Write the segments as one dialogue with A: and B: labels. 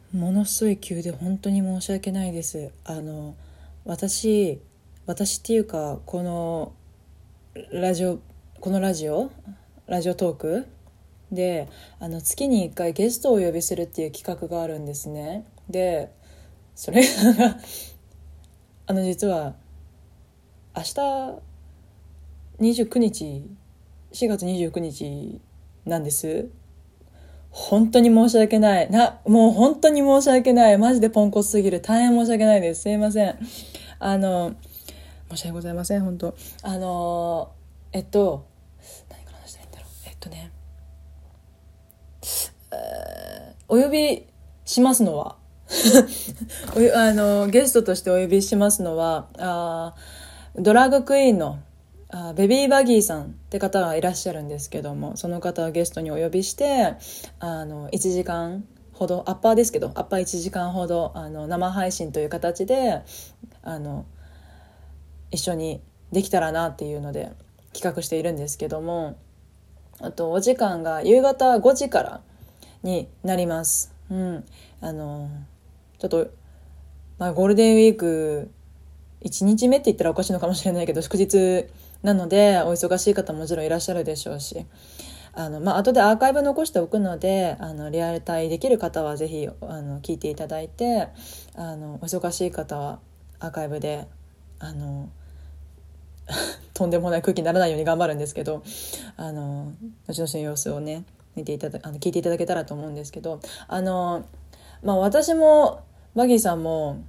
A: ものすごい急で本当に申し訳ないです。私っていうかラジオこのラジオトークで月に1回ゲストをお呼びするっていう企画があるんですね。でそれが実は明日29日4月29日なんです。本当に申し訳ないもう本当に申し訳ない。マジでポンコツすぎる。大変申し訳ないです。すいません。申し訳ございません。本当何から話したらいいんだろう。お呼びしますのはゲストとしてお呼びしますのはドラァグクイーンのベビーバギーさんって方がいらっしゃるんですけども、その方をゲストにお呼びして1時間ほどアッパーですけどアッパー1時間ほど生配信という形で一緒にできたらなっていうので企画しているんですけども、あとお時間が夕方5時からになります。ちょっと、ゴールデンウィーク1日目って言ったらおかしいのかもしれないけど祝日なのでお忙しい方ももちろんいらっしゃるでしょうし、後でアーカイブ残しておくのでリアルタイできる方はぜひ聞いていただいて、お忙しい方はアーカイブでとんでもない空気にならないように頑張るんですけど後々の様子をね聞いていただけたらと思うんですけど、私もバギーさんも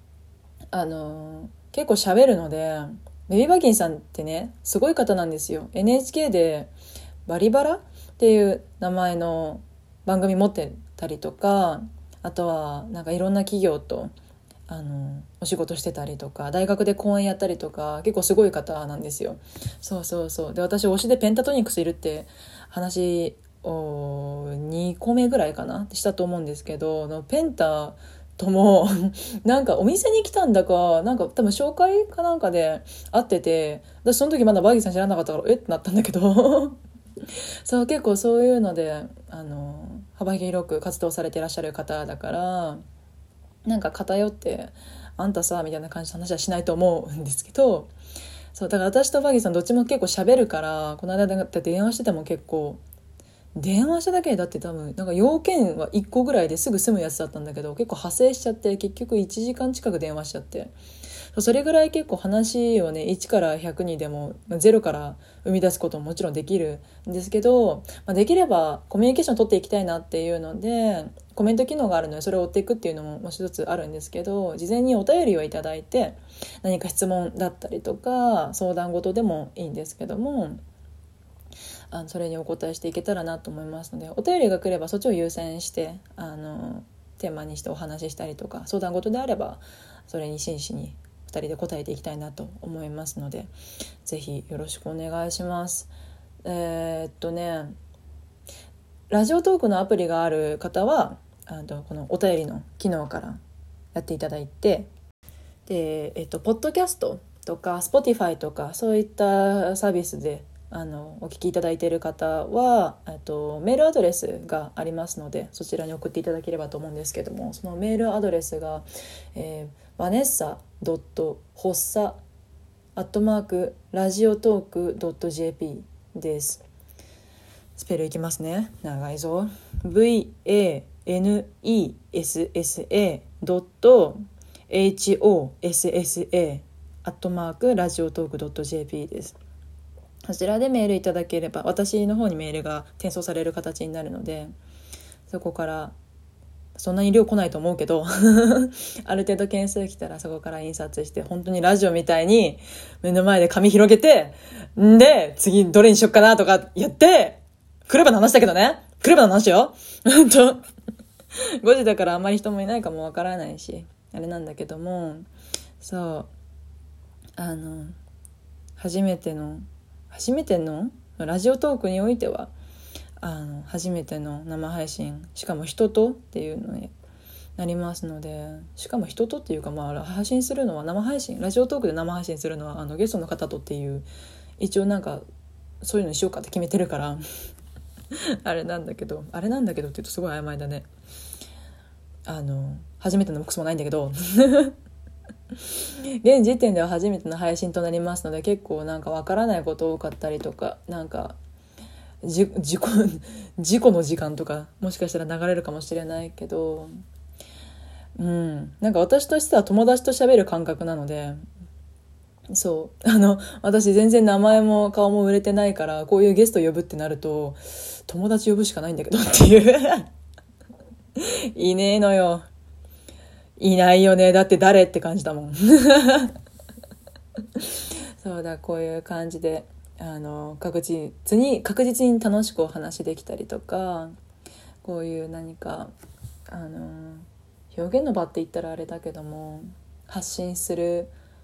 A: 結構喋るので、ベビーバギーさんってねすごい方なんですよ。 NHK でバリバラっていう名前の番組持ってたりとか、あとはなんかいろんな企業とお仕事してたりとか大学で講演やったりとか結構すごい方なんですよ。そうで、私推しでペンタトニクスいるって話を2個目ぐらいかなしたと思うんですけど、ペンタともなんかお店に来たんだかなんか多分紹介かなんかで会ってて、私その時まだバギーさん知らなかったからってなったんだけどそう結構そういうので幅広く活動されていらっしゃる方だから、なんか偏ってあんたさみたいな感じの話はしないと思うんですけど、そうだから私とバギーさんどっちも結構喋るから、この間だって電話してても結構電話しただけでだって多分なんか要件は1個ぐらいですぐ済むやつだったんだけど、結構派生しちゃって結局1時間近く電話しちゃって、それぐらい結構話をね1から100にでも0から生み出すことももちろんできるんですけど、できればコミュニケーション取っていきたいなっていうのでコメント機能があるのでそれを追っていくっていうのももう一つあるんですけど、事前にお便りをいただいて何か質問だったりとか相談事でもいいんですけどもそれにお答えしていけたらなと思いますので、お便りが来ればそっちを優先してテーマにしてお話ししたりとか、相談事であればそれに真摯に2人で答えていきたいなと思いますので、ぜひよろしくお願いします。ラジオトークのアプリがある方はこのお便りの機能からやっていただいて、で、ポッドキャストとか Spotify とかそういったサービスでお聞きいただいている方はメールアドレスがありますのでそちらに送っていただければと思うんですけども、そのメールアドレスが、vanessa.hossa@radiotalk.jp です。スペルいきますね、長いぞ。 vanessa.hossa@radiotalk.jp です。そちらでメールいただければ私の方にメールが転送される形になるので、そこからそんなに量来ないと思うけどある程度件数来たらそこから印刷して本当にラジオみたいに目の前で紙広げてで次どれにしよっかなとかやってクラブの話だけどね、クラブの話よ本当5時だからあんまり人もいないかもわからないしあれなんだけども、そう初めてのラジオトークにおいては初めての生配信、しかも人とっていうのになりますので、しかも人とっていうか配信するのは生配信、ラジオトークで生配信するのはゲストの方とっていう一応なんかそういうのにしようかって決めてるからあれなんだけどって言うとすごい曖昧だね。 初めてのクソもないんだけど現時点では初めての配信となりますので、結構なんかわからないこと多かったりとか、なんか事故の時間とかもしかしたら流れるかもしれないけど、なんか私としては友達と喋る感覚なので、そう私全然名前も顔も売れてないから、こういうゲスト呼ぶってなると友達呼ぶしかないんだけどっていういねえのよ。いないよね。だって誰って感じだもんそうだ、こういう感じで確実に楽しくお話できたりとか、こういう何か表現の場って言ったらあれだけども、発信する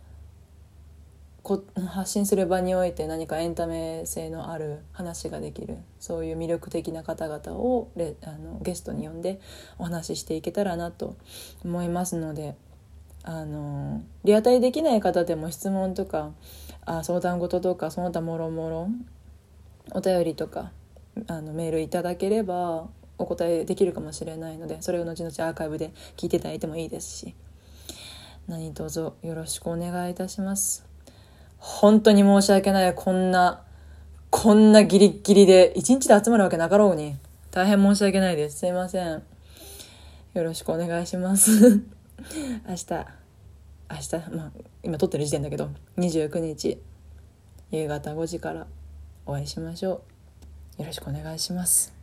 A: 場において何かエンタメ性のある話ができる、そういう魅力的な方々をゲストに呼んでお話ししていけたらなと思いますので、リアタイできない方でも質問とか相談事とかその他もろもろお便りとかメールいただければお答えできるかもしれないので、それを後々アーカイブで聞いていただいてもいいですし、何卒よろしくお願いいたします。本当に申し訳ない。こんなギリッギリで一日で集まるわけなかろうに大変申し訳ないです。すいません。よろしくお願いします明日、今撮ってる時点だけど29日夕方5時からお会いしましょう。よろしくお願いします。